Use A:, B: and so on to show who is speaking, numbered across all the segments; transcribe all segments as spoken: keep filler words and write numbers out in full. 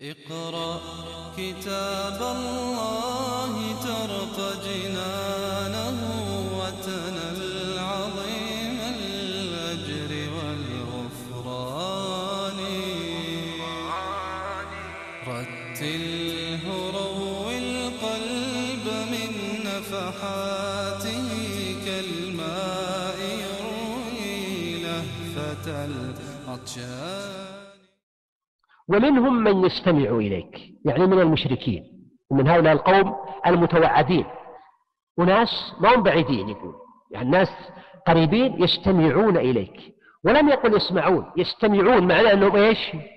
A: اقرأ كتاب الله ترق جنانه وتنل عظيم الأجر والغفران. رتله روي القلب من نفحاته كالماء يروي لهفة العطشان.
B: ومنهم من يستمع إليك، يعني من المشركين ومن هؤلاء القوم المتوعدين، وناس ما هم بعيدين، يقول يعني الناس قريبين يستمعون إليك، ولم يقل يسمعون، يستمعون، معنى أنهم إيش؟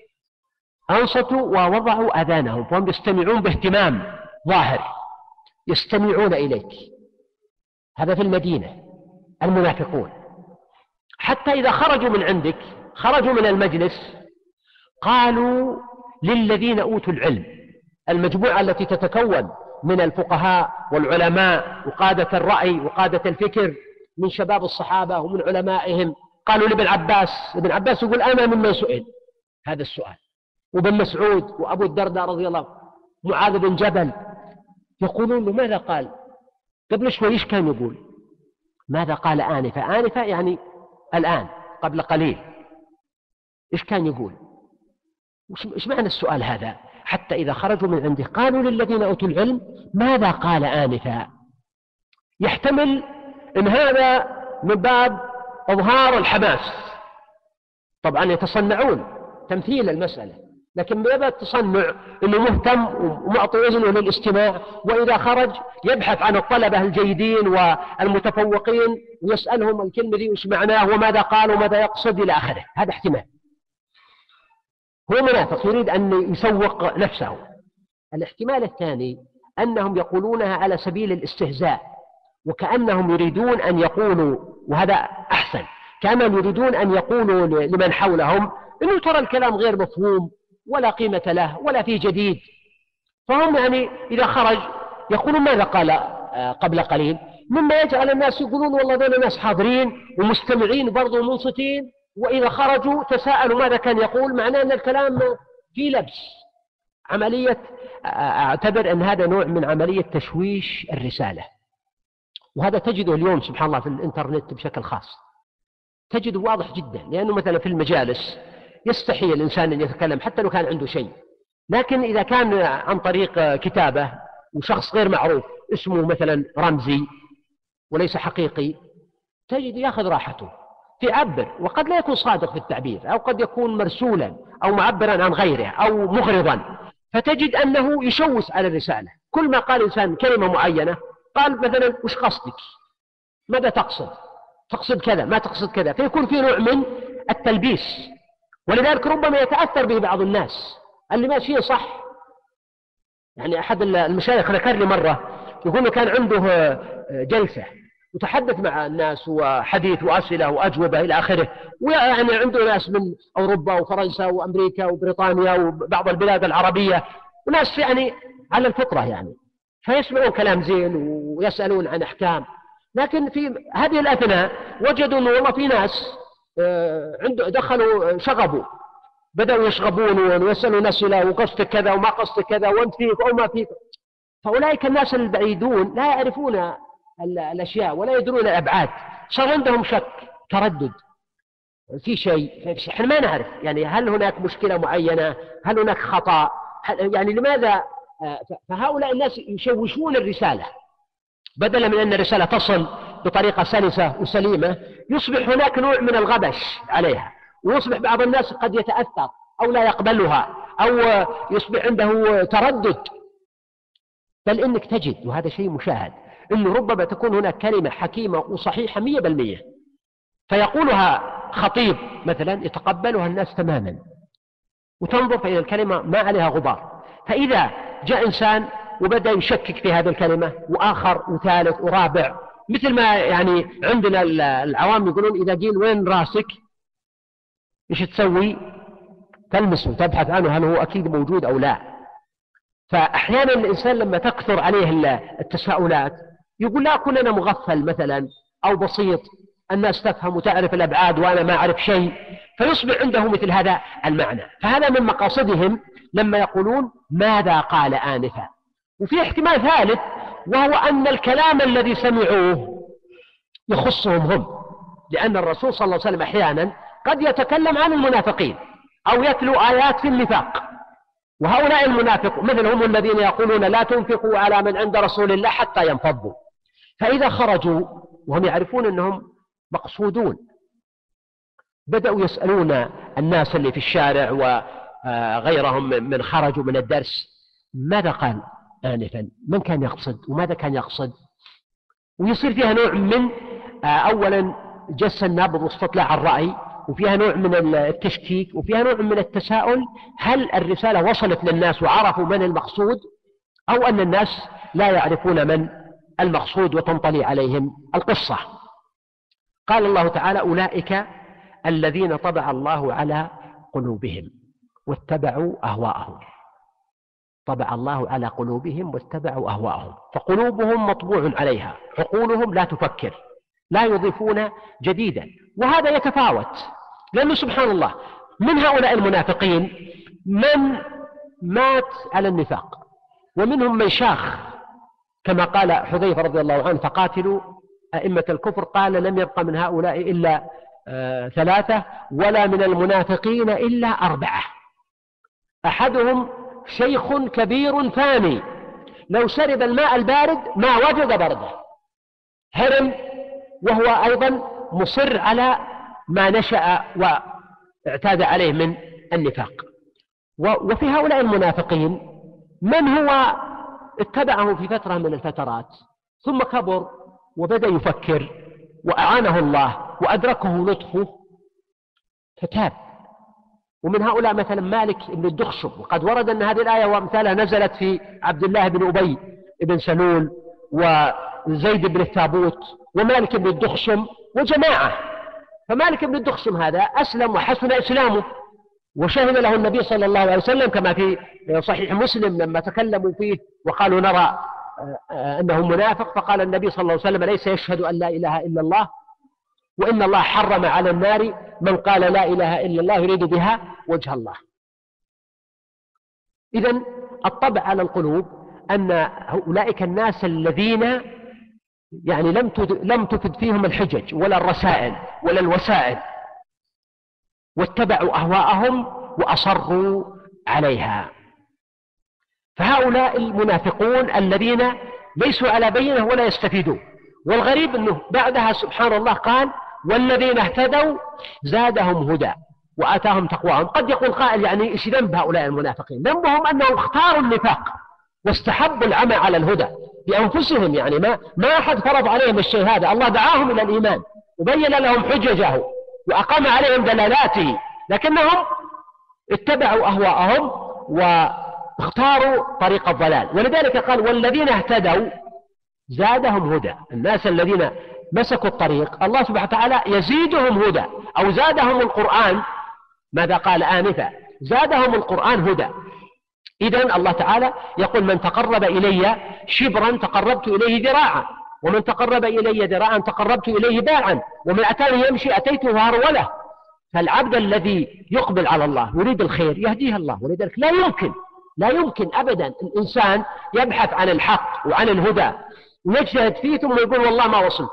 B: أنصتوا ووضعوا أذانهم، فهم يستمعون باهتمام ظاهر، يستمعون إليك. هذا في المدينة المنافقون، حتى إذا خرجوا من عندك، خرجوا من المجلس، قالوا للذين أوتوا العلم، المجموعة التي تتكون من الفقهاء والعلماء وقادة الرأي وقادة الفكر من شباب الصحابة ومن علمائهم، قالوا لابن عباس، ابن عباس يقول أنا ممن سئل هذا السؤال، وابن مسعود وأبو الدرداء رضي الله عنه، معاذ بن جبل، يقولون له ماذا قال؟ قبل شوي ايش كان يقول؟ ماذا قال آنفة؟ آنفة يعني الآن، قبل قليل، ايش كان يقول؟ ايش معنى السؤال هذا؟ حتى إذا خرجوا من عنده قالوا للذين أوتوا العلم ماذا قال آنفا. يحتمل أن هذا من باب إظهار الحماس، طبعا يتصنعون تمثيل المسألة، لكن من باب التصنع أنه مهتم ومعطي إذنه للاستماع، وإذا خرج يبحث عن الطلبة الجيدين والمتفوقين ويسألهم الكلمة دي وش معناه وماذا قال وماذا يقصد إلى آخره. هذا احتمال، هو منافق يريد أن يسوق نفسه. الاحتمال الثاني أنهم يقولونها على سبيل الاستهزاء، وكأنهم يريدون أن يقولوا، وهذا أحسن، كأنهم يريدون أن يقولوا لمن حولهم إنه ترى الكلام غير مفهوم ولا قيمة له ولا فيه جديد، فهم يعني إذا خرج يقولون ماذا قال قبل قليل، مما يجعل الناس يقولون والله ذول الناس حاضرين ومستمعين برضو منصتين، وإذا خرجوا تساءلوا ماذا كان يقول، معناه أن الكلام فيه لبس. عملية، أعتبر أن هذا نوع من عملية تشويش الرسالة، وهذا تجده اليوم سبحان الله في الإنترنت بشكل خاص، تجده واضح جدا، لأنه مثلا في المجالس يستحي الإنسان أن يتكلم حتى لو كان عنده شيء، لكن إذا كان عن طريق كتابة وشخص غير معروف اسمه مثلا رمزي وليس حقيقي، تجد يأخذ راحته في عبر، وقد لا يكون صادق في التعبير، أو قد يكون مرسولا أو معبرا عن غيره أو مغرضا، فتجد أنه يشوش على الرسالة. كل ما قال إنسان كلمة معينة، قال مثلا وش قصدك؟ ماذا تقصد؟ تقصد كذا، ما تقصد كذا، فيكون في نوع من التلبيس، ولذلك ربما يتأثر به بعض الناس اللي ماشي صح. يعني أحد المشايخ ذكر لي مرة، يقول كان عنده جلسة وتحدث مع الناس وحديث وأسئلة وأجوبة إلى آخره، ويعني عنده ناس من أوروبا وفرنسا وأمريكا وبريطانيا وبعض البلاد العربية، وناس يعني على الفطرة يعني، فيسمعون كلام زين ويسألون عن أحكام، لكن في هذه الأثناء وجدوا أنه والله في ناس عنده دخلوا شغبوا، بدأوا يشغبون ويسألون أسئلة وقصدك كذا وما قصدك كذا وأنت فيك أو ما فيك. فأولئك الناس البعيدون لا يعرفون الأشياء ولا يدرون الأبعاد، صار عندهم شك، تردد في شيء، احنا ما نعرف يعني هل هناك مشكلة معينة، هل هناك خطأ، يعني لماذا؟ فهؤلاء الناس يشوشون الرسالة، بدلا من أن الرسالة تصل بطريقة سلسة وسليمة، يصبح هناك نوع من الغبش عليها، ويصبح بعض الناس قد يتأثر أو لا يقبلها أو يصبح عنده تردد. بل إنك تجد، وهذا شيء مشاهد، إنه ربما تكون هناك كلمة حكيمة وصحيحة مية بالمية، فيقولها خطيب مثلا يتقبلها الناس تماما، وتنظر فإذا الكلمة ما عليها غبار، فإذا جاء إنسان وبدأ يشكك في هذه الكلمة، وآخر وثالث ورابع، مثل ما يعني عندنا العوام يقولون إذا قيل وين راسك إيش تسوي؟ تلمسه، تبحث عنه هل هو أكيد موجود أو لا. فأحيانا الإنسان لما تكثر عليه التساؤلات يقول لا أكون أنا مغفل مثلا أو بسيط، الناس تفهم وتعرف الأبعاد وأنا ما أعرف شيء، فيصبح عنده مثل هذا المعنى. فهذا من مقاصدهم لما يقولون ماذا قال آنفا. وفي احتمال ثالث، وهو أن الكلام الذي سمعوه يخصهم هم، لأن الرسول صلى الله عليه وسلم أحيانا قد يتكلم عن المنافقين أو يتلو آيات في النفاق، وهؤلاء المنافق مثل هم الذين يقولون لا تنفقوا على من عند رسول الله حتى ينفضوا. فإذا خرجوا وهم يعرفون أنهم مقصودون، بدأوا يسألون الناس اللي في الشارع وغيرهم من خرجوا من الدرس ماذا قال آنفا، من كان يقصد وماذا كان يقصد، ويصير فيها نوع من أولا جس النبض واستطلاع الرأي، وفيها نوع من التشكيك، وفيها نوع من التساؤل هل الرسالة وصلت للناس وعرفوا من المقصود، أو أن الناس لا يعرفون من المقصود وتنطلي عليهم القصة. قال الله تعالى أولئك الذين طبع الله على قلوبهم واتبعوا أهواءهم. طبع الله على قلوبهم واتبعوا أهواءهم، فقلوبهم مطبوع عليها، عقولهم لا تفكر، لا يضيفون جديدا. وهذا يتفاوت، لأنه سبحان الله من هؤلاء المنافقين من مات على النفاق، ومنهم من شاخ كما قال حذيفة رضي الله عنه فقاتلوا أئمة الكفر، قال لم يبق من هؤلاء إلا آه ثلاثة ولا من المنافقين إلا أربعة. أحدهم شيخ كبير فاني لو شرب الماء البارد ما وجد برده، هرم وهو أيضا مصر على ما نشأ واعتاد عليه من النفاق. وفي هؤلاء المنافقين من هو اتبعه في فترة من الفترات ثم كبر وبدأ يفكر وأعانه الله وأدركه لطفه فتاب. ومن هؤلاء مثلا مالك بن الدخشم، وقد ورد أن هذه الآية وأمثالها نزلت في عبد الله بن أبي بن سلول وزيد بن الثابوت ومالك بن الدخشم وجماعة. فمالك بن الدخشم هذا أسلم وحسن إسلامه، وشهد له النبي صلى الله عليه وسلم كما في صحيح مسلم لما تكلموا فيه وقالوا نرى أنه منافق، فقال النبي صلى الله عليه وسلم ليس يشهد أن لا إله إلا الله، وإن الله حرم على النار من قال لا إله إلا الله يريد بها وجه الله. إذن الطبع على القلوب أن أولئك الناس الذين يعني لم لم تفد فيهم الحجج ولا الرسائل ولا الوسائل، واتبعوا أهواءهم وأصروا عليها. فهؤلاء المنافقون الذين ليسوا على بينة ولا يستفيدون. والغريب أنه بعدها سبحان الله قال والذين اهتدوا زادهم هدى وآتاهم تقواهم. قد يقول قائل يعني إيش ذنب هؤلاء المنافقين؟ ذنبهم أنهم اختاروا النفاق واستحبوا العمى على الهدى بأنفسهم، يعني ما ما أحد فرض عليهم الشيء هذا، الله دعاهم إلى الإيمان وبين لهم حججه وأقام عليهم دلالاته، لكنهم اتبعوا أهواءهم واختاروا طريق الضلال. ولذلك قال والذين اهتدوا زادهم هدى. الناس الذين مسكوا الطريق الله سبحانه وتعالى يزيدهم هدى، أو زادهم القرآن. ماذا قال آنفا؟ زادهم القرآن هدى. إذن الله تعالى يقول من تقرب إلي شبرا تقربت إليه ذراعا، ومن تقرب إلي ذراعا تقربت إليه باعا، ومن أتاني يمشي أتيته هرولة. فالعبد الذي يقبل على الله يريد الخير يهديه الله. ولذلك لا يمكن لا يمكن أبدا الإنسان يبحث عن الحق وعن الهدى ويجتهد فيه ثم يقول والله ما وصلت.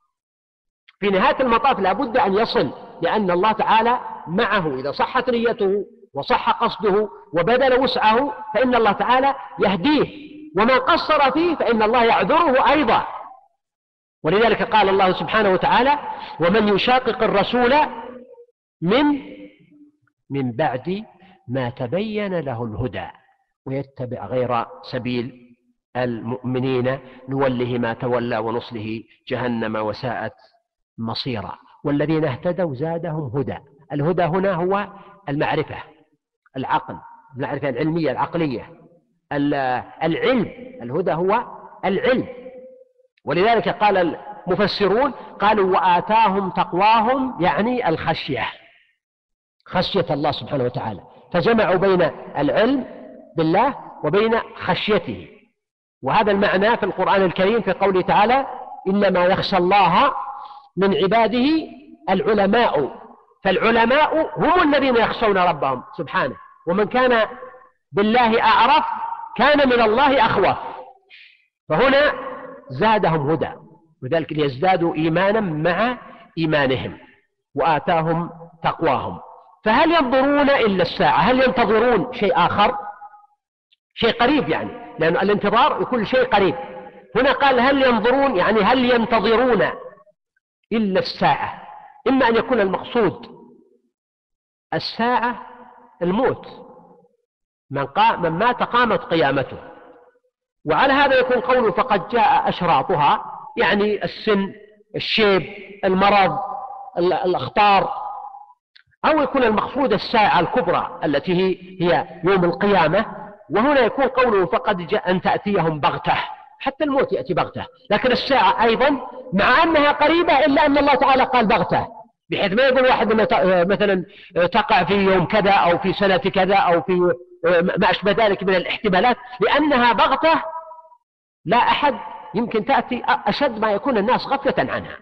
B: في نهاية المطاف لابد أن يصل، لأن الله تعالى معه إذا صحت نيته وصح قصده وبذل وسعه فإن الله تعالى يهديه، وما قصر فيه فإن الله يعذره أيضا. ولذلك قال الله سبحانه وتعالى ومن يشاقق الرسول من من بعد ما تبين له الهدى ويتبع غير سبيل المؤمنين نوله ما تولى ونصله جهنم وساءت مصيرا. والذين اهتدوا زادهم هدى. الهدى هنا هو المعرفة، العقل، المعرفة العلمية العقلية، العلم. الهدى هو العلم. ولذلك قال المفسرون قالوا وآتاهم تقواهم، يعني الخشية، خشية الله سبحانه وتعالى، فجمعوا بين العلم بالله وبين خشيته. وهذا المعنى في القرآن الكريم في قوله تعالى إنما يخشى الله من عباده العلماء، فالعلماء هم الذين يخشون ربهم سبحانه، ومن كان بالله أعرف كان من الله أخوف. فهنا زادهم هدى، وذلك ليزدادوا إيمانا مع إيمانهم وآتاهم تقواهم. فهل ينظرون إلا الساعة؟ هل ينتظرون شيء آخر؟ شيء قريب يعني، لأن الانتظار يكون شيء قريب. هنا قال هل ينظرون، يعني هل ينتظرون إلا الساعة. إما أن يكون المقصود الساعة الموت، من, قام من مات قامت قيامته، وعلى هذا يكون قوله فقد جاء أشراطها، يعني السن، الشيب، المرض، الأخطار. أو يكون المقصود الساعة الكبرى التي هي يوم القيامة، وهنا يكون قوله فقد جاء أن تأتيهم بغتة، حتى الموت يأتي بغتة، لكن الساعة أيضا مع أنها قريبة إلا أن الله تعالى قال بغتة، بحيث ما يقول واحد مثلا تقع في يوم كذا أو في سنة كذا أو في ما أشبه ذلك من الاحتمالات، لأنها بغتة لا أحد يمكن تأتي أشد ما يكون الناس غفلة عنها.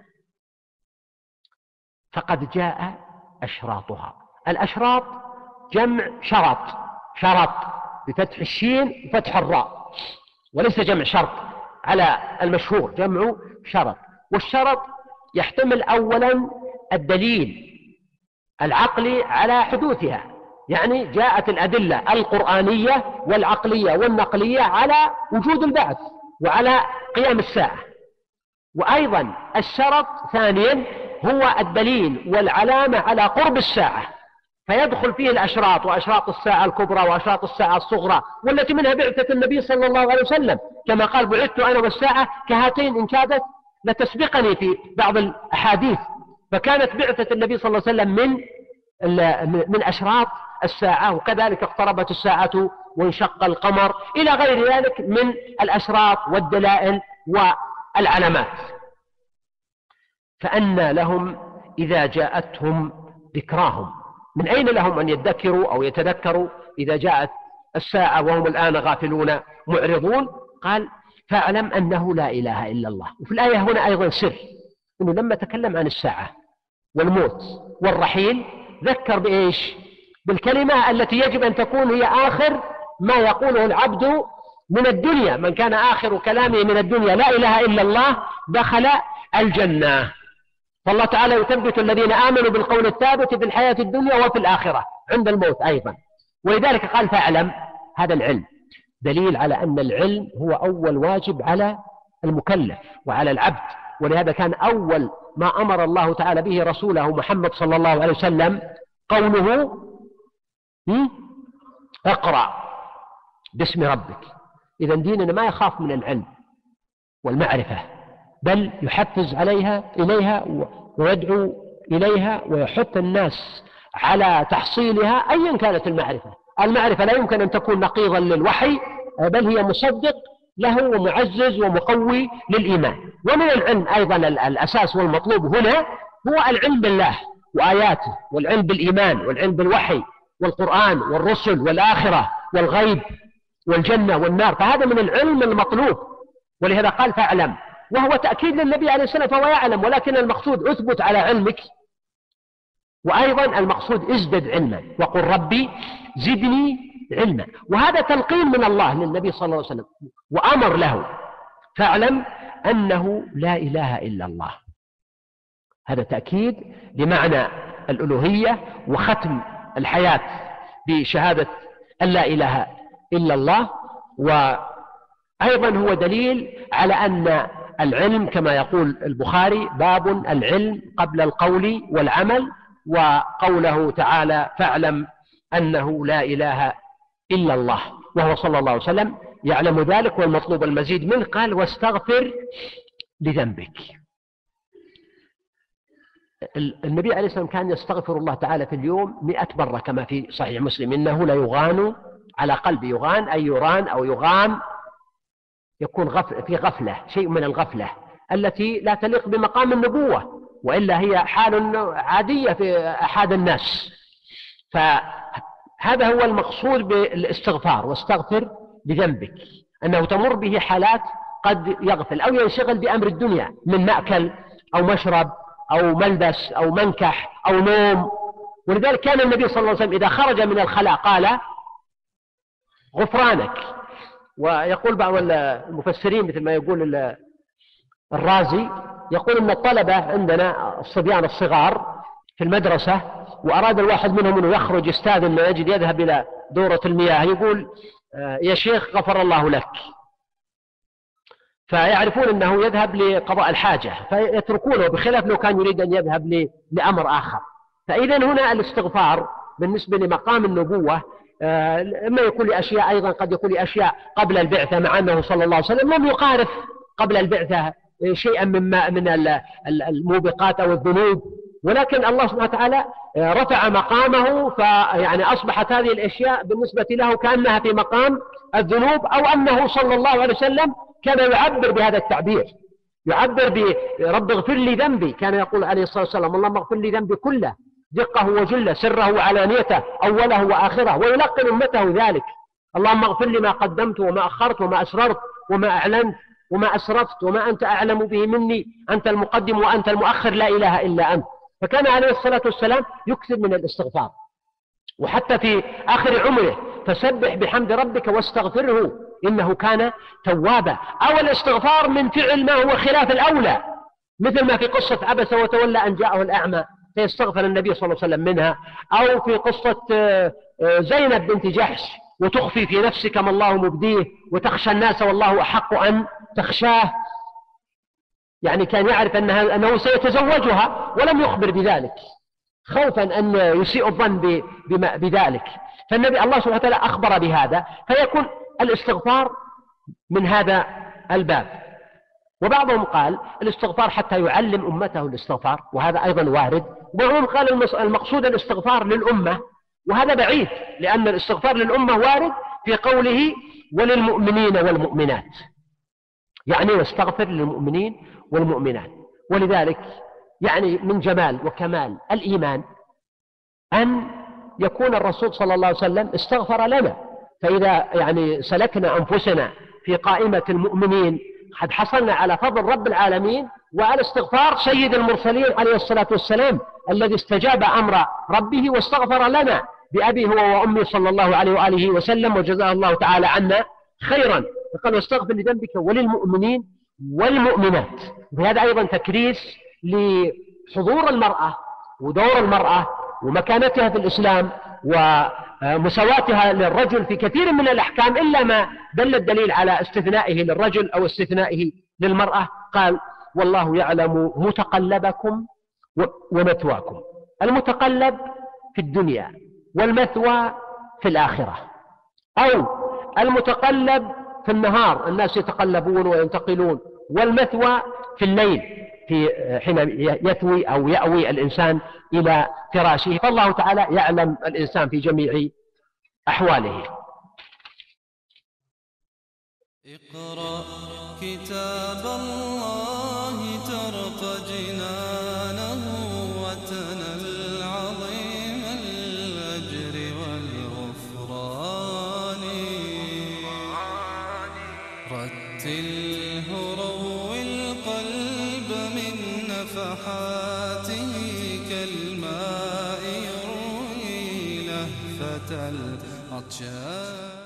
B: فقد جاء أشراطها. الأشراط جمع شرط، شرط بفتح الشين وفتح الراء، وليس جمع شرط على المشهور، جمع شرط. والشرط يحتمل أولا الدليل العقلي على حدوثها، يعني جاءت الأدلة القرآنية والعقلية والنقلية على وجود البعث وعلى قيام الساعة. وأيضا الشرط ثانيا هو الدليل والعلامة على قرب الساعة، فيدخل فيه الأشراط، وأشراط الساعة الكبرى وأشراط الساعة الصغرى، والتي منها بعثة النبي صلى الله عليه وسلم، كما قال بعثت أنا والساعة كهاتين إن كادت لتسبقني في بعض الأحاديث. فكانت بعثة النبي صلى الله عليه وسلم من من أشراط الساعة، وكذلك اقتربت الساعة وانشق القمر إلى غير ذلك من الأشراط والدلائل والعلامات. فأنى لهم إذا جاءتهم ذكراهم، من أين لهم أن يذكروا أو يتذكروا إذا جاءت الساعة وهم الآن غافلون معرضون؟ قال فاعلم أنه لا إله إلا الله. وفي الآية هنا أيضا سر، أنه لما تكلم عن الساعة والموت والرحيل ذكر بإيش؟ بالكلمة التي يجب أن تكون هي آخر ما يقوله العبد من الدنيا. من كان آخر كلامه من الدنيا لا إله إلا الله دخل الجنة. فالله تعالى يثبت الذين آمنوا بالقول الثابت في الحياة الدنيا وفي الآخرة عند الموت أيضا. ولذلك قال فاعلم، هذا العلم دليل على أن العلم هو أول واجب على المكلف وعلى العبد. ولهذا كان أول ما أمر الله تعالى به رسوله محمد صلى الله عليه وسلم قوله اقرأ باسم ربك. إذا ديننا ما يخاف من العلم والمعرفة، بل يحفز عليها إليها ويدعو إليها ويحث الناس على تحصيلها أيا كانت المعرفة. المعرفة لا يمكن أن تكون نقيضا للوحي، بل هي مصدق له ومعزز ومقوي للإيمان. ومن العلم أيضا الأساس والمطلوب هنا هو العلم بالله وآياته، والعلم بالإيمان، والعلم بالوحي والقرآن والرسل والآخرة والغيب والجنة والنار. فهذا من العلم المطلوب، ولهذا قال فاعلم، وهو تأكيد للنبي عليه السلام فهو يعلم، ولكن المقصود اثبت على علمك. وأيضا المقصود ازدد علما، وقل ربي زدني علما. وهذا تلقين من الله للنبي صلى الله عليه وسلم، وأمر له فاعلم أنه لا إله إلا الله. هذا تأكيد لمعنى الألوهية وختم الحياة بشهادة أن لا إله إلا الله. وأيضا هو دليل على أن العلم كما يقول البخاري باب العلم قبل القول والعمل، وقوله تعالى فاعلم أنه لا إله إلا الله، وهو صلى الله عليه وسلم يعلم ذلك والمطلوب المزيد منه. قال واستغفر لذنبك. النبي عليه السلام كان يستغفر الله تعالى في اليوم مئة مرة كما في صحيح مسلم، إنه لا يغان على قلبه، يغان أي يران أو يغام، يكون غفل في غفلة، شيء من الغفلة التي لا تليق بمقام النبوة، وإلا هي حال عادية في أحد الناس. فهذا هو المقصود بالاستغفار، واستغفر لذنبك، أنه تمر به حالات قد يغفل أو ينشغل بأمر الدنيا من مأكل أو مشرب أو ملبس أو منكح أو نوم. ولذلك كان النبي صلى الله عليه وسلم إذا خرج من الخلاء قال غفرانك. ويقول بعض المفسرين مثل ما يقول الرازي، يقول إن الطلبة عندنا الصبيان الصغار في المدرسة وأراد الواحد منهم أنه يخرج يستاذن ما يجد يذهب إلى دورة المياه، يقول يا شيخ غفر الله لك، فيعرفون أنه يذهب لقضاء الحاجة فيتركونه، بخلاف لو كان يريد أن يذهب لأمر آخر. فإذا هنا الاستغفار بالنسبة لمقام النبوة إما يكون لأشياء أيضا قد يكون لأشياء قبل البعثة، مع أنه صلى الله عليه وسلم لم يقارف قبل البعثة شيئا مما من الموبقات أو الذنوب، ولكن الله سبحانه وتعالى رفع مقامه، فيعني أصبحت هذه الأشياء بالنسبة له كأنها في مقام الذنوب، أو أنه صلى الله عليه وسلم كان يعبر بهذا التعبير، يعبر برب اغفر لي ذنبي. كان يقول عليه الصلاة والسلام اللهم اغفر لي ذنبي كله دقه وجله سره وعلانيته أوله وآخره، ويلقن أمته ذلك. اللهم اغفر لي ما قدمت وما أخرت وما أسررت وما أعلنت وما أسرفت وما أنت أعلم به مني، أنت المقدم وأنت المؤخر لا إله إلا أنت. فكان عليه الصلاة والسلام يكثر من الاستغفار، وحتى في آخر عمره فسبح بحمد ربك واستغفره إنه كان توابا. أو الاستغفار من فعل ما هو خلاف الأولى، مثل ما في قصة عبس وتولى أن جاءه الأعمى فيستغفر النبي صلى الله عليه وسلم منها، أو في قصة زينب بنت جحش وتخفي في نفسك ما الله مبديه وتخشى الناس والله أحق أن تخشاه، يعني كان يعرف أنها أنه سيتزوجها ولم يخبر بذلك خوفا أن يسيء الظن بذلك، فالنبي الله سبحانه وتعالى أخبر بهذا، فيكون الاستغفار من هذا الباب. وبعضهم قال الاستغفار حتى يعلم أمته الاستغفار، وهذا أيضا وارد. وبعضهم قال المقصود الاستغفار للأمة، وهذا بعيد، لأن الاستغفار للأمة وارد في قوله وللمؤمنين والمؤمنات، يعني واستغفر للمؤمنين والمؤمنات. ولذلك يعني من جمال وكمال الإيمان أن يكون الرسول صلى الله عليه وسلم استغفر لنا، فإذا يعني سلكنا أنفسنا في قائمة المؤمنين قد حصلنا على فضل رب العالمين وعلى استغفار سيد المرسلين عليه الصلاة والسلام الذي استجاب أمر ربه واستغفر لنا بأبي هو وأمي صلى الله عليه وآله وسلم، وجزاه الله تعالى عنا خيرا. فقال واستغفر لذنبك وللمؤمنين والمؤمنات. وهذا أيضا تكريس لحضور المرأة ودور المرأة ومكانتها في الإسلام ومساواتها للرجل في كثير من الأحكام، إلا ما دل الدليل على استثنائه للرجل أو استثنائه للمرأة. قال والله يعلم متقلبكم ومثواكم. المتقلب في الدنيا والمثوى في الآخرة، أو المتقلب في النهار الناس يتقلبون وينتقلون، والمثوى في الليل في حين يثوي أو يأوي الإنسان إلى فراشه. فالله تعالى يعلم الإنسان في جميع أحواله.
A: اقرأ كتاب الله ترق جنانه وتنل عظيم الأجر والغفران، رتله روي القلب من نفحاته كالماء يروي لهفة العطشان.